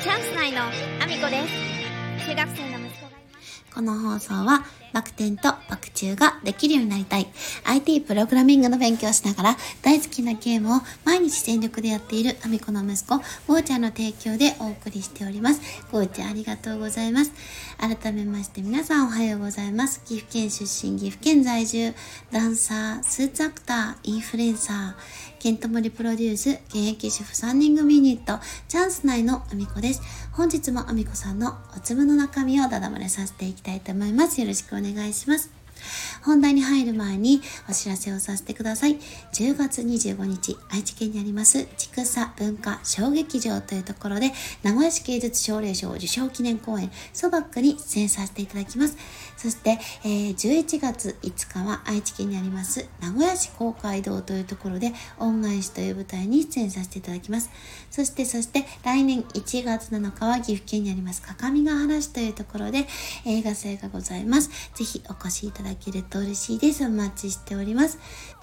チャンス内のアミコです。中学生の息子がいます。 この放送はバク転とバク宙ができるようになりたい IT プログラミングの勉強をしながら大好きなゲームを毎日全力でやっているアミコの息子ゴーちゃんの提供でお送りしております。ゴーちゃんありがとうございます。改めまして皆さんおはようございます。岐阜県出身、岐阜県在住、ダンサー、スーツアクター、インフルエンサー、ケントモリプロデュース、現役主婦3人組ユニット、チャンス内のアミコです。本日もアミコさんのお粒の中身をダダ漏れさせていきたいと思います。よろしくお願いします。本題に入る前にお知らせをさせてください。10月25日、愛知県にあります千種文化小劇場というところで名古屋市芸術奨励賞受賞記念公演ソバックに出演させていただきます。そして、11月5日は愛知県にあります名古屋市公会堂というところで恩返しという舞台に出演させていただきます。そして来年1月7日は岐阜県にあります各務原市というところで映画祭がございます。ぜひお越しいただけると嬉しいです。お待ちしております。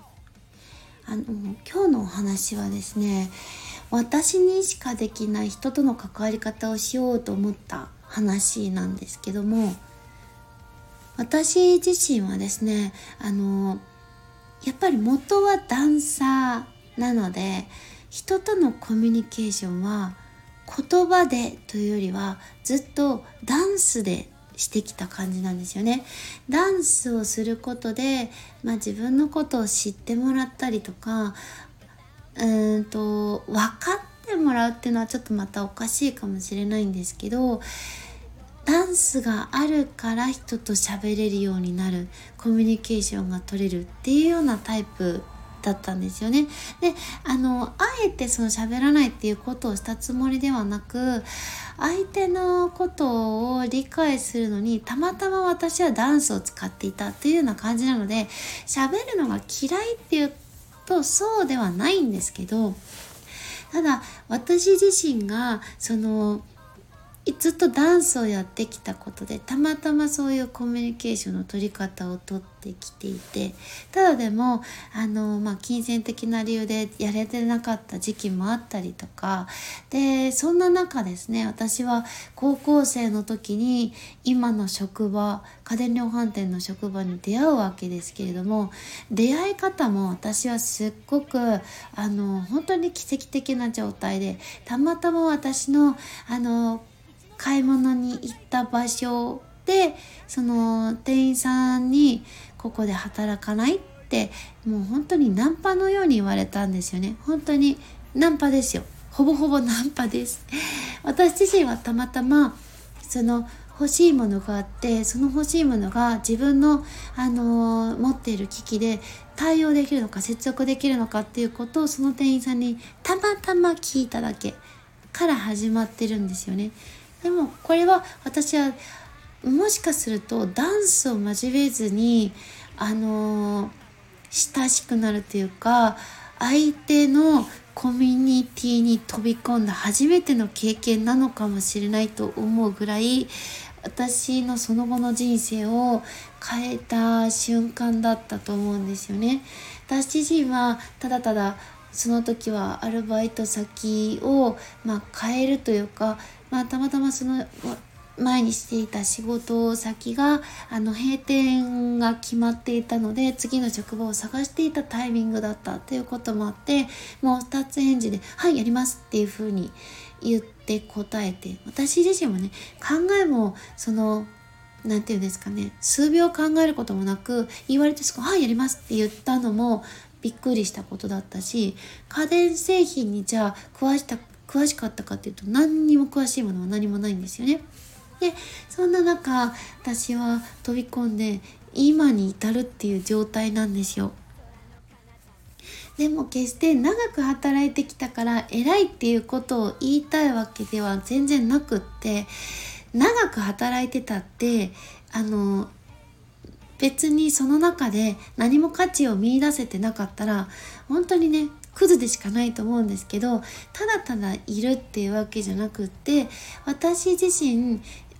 今日のお話はですね、私にしかできない人との関わり方をしようと思った話なんですけども、私自身はですね、やっぱり元はダンサーなので、人とのコミュニケーションは言葉でというよりはずっとダンスでしてきた感じなんですよね。ダンスをすることで、自分のことを知ってもらったりとか、分かってもらうっていうのはちょっとまたおかしいかもしれないんですけど、ダンスがあるから人と喋れるようになる、コミュニケーションが取れるっていうようなタイプだったんですよね。で、あえてその喋らないっていうことをしたつもりではなく、相手のことを理解するのにたまたま私はダンスを使っていたっていうような感じなので、喋るのが嫌いっていうとそうではないんですけど、ただ私自身がずっとダンスをやってきたことでたまたまそういうコミュニケーションの取り方を取ってきていて、ただでも金銭的な理由でやれてなかった時期もあったりとかで、そんな中ですね、私は高校生の時に今の職場、家電量販店の職場に出会うわけですけれども、出会い方も私はすっごく本当に奇跡的な状態で、たまたま私の買い物に行った場所でその店員さんにここで働かないってもう本当にナンパのように言われたんですよね。本当にナンパですよ。ほぼほぼナンパです。私自身はたまたま欲しいものがあって、その欲しいものが自分の、持っている機器で対応できるのか接続できるのかっていうことをその店員さんにたまたま聞いただけから始まってるんですよね。でもこれは私はもしかするとダンスを交えずに親しくなるというか、相手のコミュニティに飛び込んだ初めての経験なのかもしれないと思うぐらい、私のその後の人生を変えた瞬間だったと思うんですよね。私自身はただただその時はアルバイト先を変えるというか、たまたまその前にしていた仕事先が閉店が決まっていたので、次の職場を探していたタイミングだったということもあって、もう二つ返事ではいやりますっていう風に言って答えて、私自身もね、考えもなんていうんですかね、数秒考えることもなく言われてはいやりますって言ったのもびっくりしたことだったし、家電製品にじゃあ詳しかったかっていうと何にも詳しいものは何もないんですよね。で、そんな中私は飛び込んで今に至るっていう状態なんですよ。でも決して長く働いてきたから偉いっていうことを言いたいわけでは全然なくって、長く働いてたって別にその中で何も価値を見出せてなかったら本当にねクズでしかないと思うんですけど、ただただいるっていうわけじゃなくって、私自身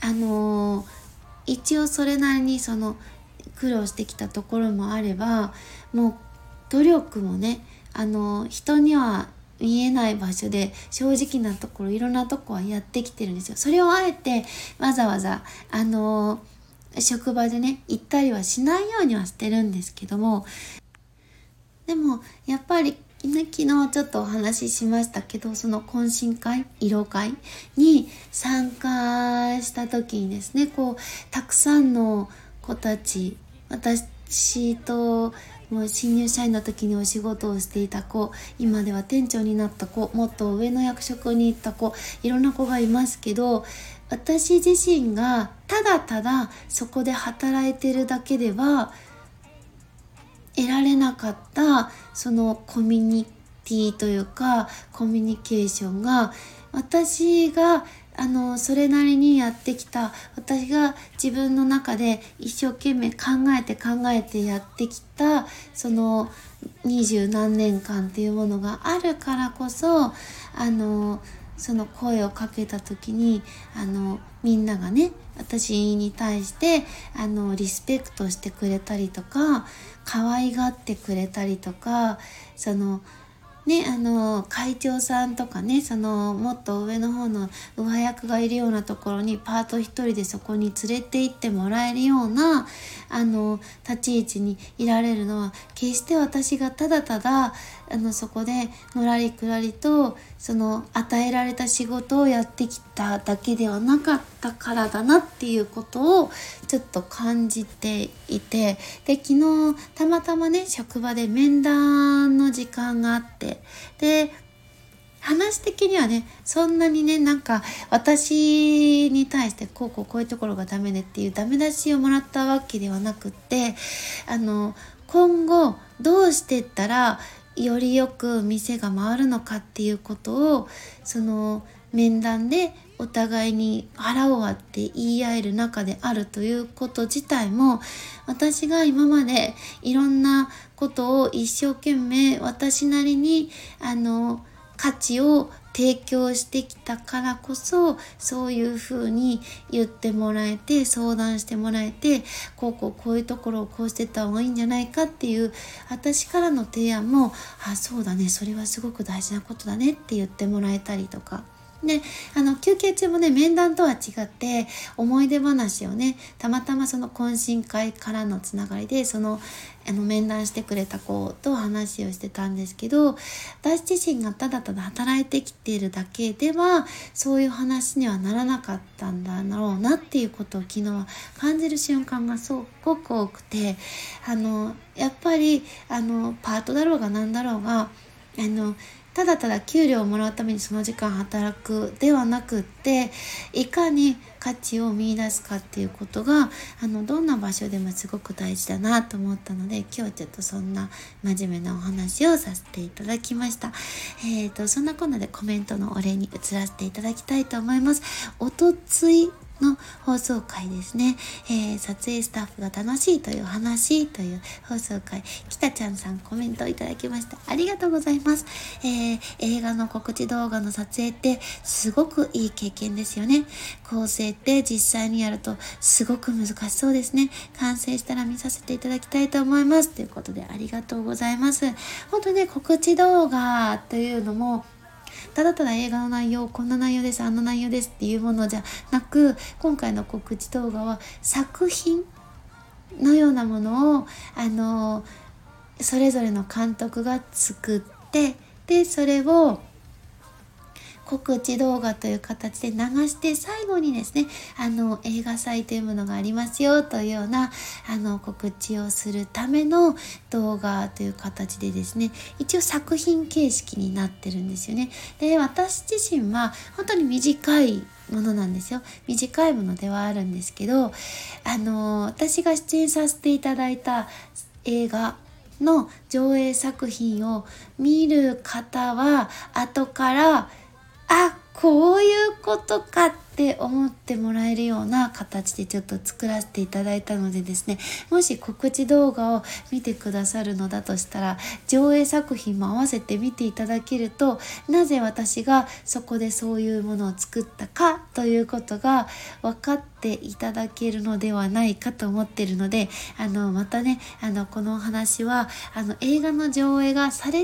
一応それなりに苦労してきたところもあれば、もう努力もね人には見えない場所で正直なところいろんなとこはやってきてるんですよ。それをあえてわざわざ職場でね行ったりはしないようにはしてるんですけども、でもやっぱり昨日ちょっとお話ししましたけど、その懇親会、慰労会に参加した時にですね、たくさんの子たち、私ともう新入社員の時にお仕事をしていた子、今では店長になった子、もっと上の役職に行った子、いろんな子がいますけど、私自身がただただそこで働いてるだけでは得られなかったそのコミュニティというかコミュニケーションが、私がそれなりにやってきた、私が自分の中で一生懸命考えてやってきたその20何年間っていうものがあるからこそ、その声をかけた時にみんながね私に対してリスペクトしてくれたりとか可愛がってくれたりとか、会長さんとかね、もっと上の方の上役がいるようなところにパート一人でそこに連れて行ってもらえるような立ち位置にいられるのは、決して私がただただそこでのらりくらりと与えられた仕事をやってきただけではなかったからだなっていうことをちょっと感じていて、で昨日たまたまね職場で面談の時間があって、で話的にはねそんなにね私に対してこういうところがダメねっていうダメ出しをもらったわけではなくって、今後どうしていったらよりよく店が回るのかっていうことを面談でお互いに腹を割って言い合える中であるということ自体も、私が今までいろんなことを一生懸命私なりに価値を提供してきたからこそ、そういう風に言ってもらえて相談してもらえて、こういうところをこうしてった方がいいんじゃないかっていう私からの提案も、そうだね、それはすごく大事なことだねって言ってもらえたりとかで、休憩中もね面談とは違って思い出話をね、たまたまその懇親会からのつながりで面談してくれた子と話をしてたんですけど、私自身がただただ働いてきているだけではそういう話にはならなかったんだろうなっていうことを昨日は感じる瞬間がすごく多くて、やっぱりパートだろうがなんだろうがただただ給料をもらうためにその時間働くではなくって、いかに価値を見出すかっていうことがどんな場所でもすごく大事だなと思ったので、今日ちょっとそんな真面目なお話をさせていただきました。そんなこんなでコメントのお礼に移らせていただきたいと思います。おとついの放送回ですね、撮影スタッフが楽しいという話という放送回、北ちゃんさんコメントをいただきました。ありがとうございます。映画の告知動画の撮影ってすごくいい経験ですよね。構成って実際にやるとすごく難しそうですね。完成したら見させていただきたいと思いますということで、ありがとうございます。本当ね、告知動画というのもただただ映画の内容、こんな内容です、あんな内容ですっていうものじゃなく、今回の告知動画は作品のようなものをそれぞれの監督が作って、でそれを告知動画という形で流して、最後にですね映画祭というものがありますよというような告知をするための動画という形でですね、一応作品形式になってるんですよね。で、私自身は本当に短いものなんですよ。短いものではあるんですけど、私が出演させていただいた映画の上映作品を見る方は後からこういうことかって思ってもらえるような形でちょっと作らせていただいたのでですね、もし告知動画を見てくださるのだとしたら、上映作品も合わせて見ていただけると、なぜ私がそこでそういうものを作ったかということが分かっていただけるのではないかと思っているので、またねこのお話は映画の上映がされて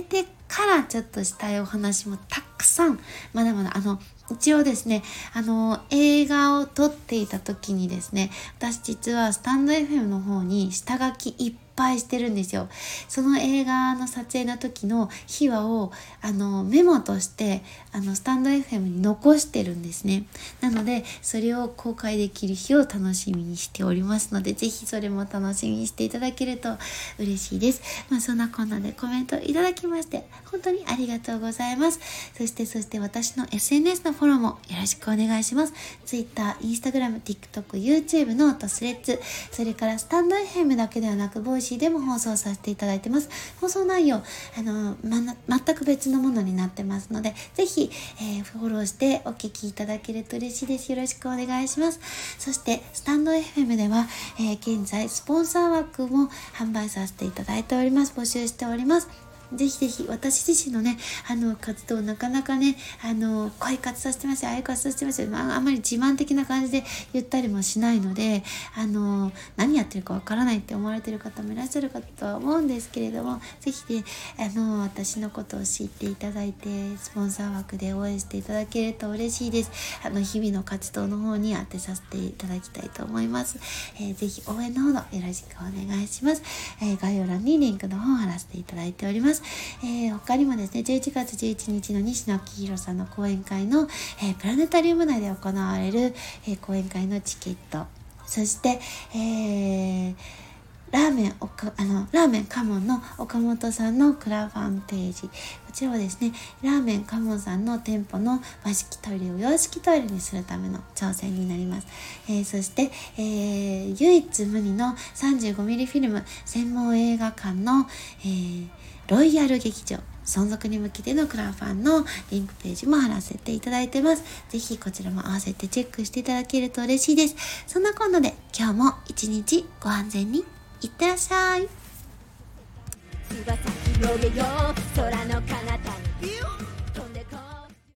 からちょっとしたいお話もたくさんまだまだ一応ですね、映画を撮っていた時にですね、私実はスタンド FM の方に下書きいっぱいしてるんですよ。その映画の撮影の時の秘話をメモとしてスタンド FM に残してるんですね。なのでそれを公開できる日を楽しみにしておりますので、ぜひそれも楽しみにしていただけると嬉しいです。そんなこんなでコメントいただきまして本当にありがとうございます。そして私の SNS のフォローもよろしくお願いします。Twitter、Instagram、TikTok、YouTube ノート、スレッズ、それからスタンド FM だけではなくボイシーでも放送させていただいてます。放送内容全く別のものになってますので、ぜひ、フォローしてお聞きいただけると嬉しいです。よろしくお願いします。そしてスタンド FM では、現在スポンサー枠も販売させていただいております。募集しております。ぜひぜひ私自身のね活動なかなかねこういう活動してますよ、ああいう活動してますよ、あんまり自慢的な感じで言ったりもしないので何やってるかわからないって思われてる方もいらっしゃるかとは思うんですけれども、ぜひね私のことを知っていただいてスポンサー枠で応援していただけると嬉しいです。日々の活動の方に当てさせていただきたいと思います。ぜひ応援のほどよろしくお願いします。概要欄にリンクの方を貼らせていただいております。他にもですね、11月11日の西野昭弘さんの講演会の、プラネタリウム内で行われる、講演会のチケット、そして、ラーメンカモンの岡本さんのクラファンページ、こちらはですね、ラーメンカモンさんの店舗の和式トイレを洋式トイレにするための挑戦になります。そして、唯一無二の 35mm フィルム専門映画館の、ロイヤル劇場存続に向けてのクラファンのリンクページも貼らせていただいてます。ぜひこちらも合わせてチェックしていただけると嬉しいです。そんなこんなで今日も一日ご安全にいってらっしゃい。 翼広げよう空の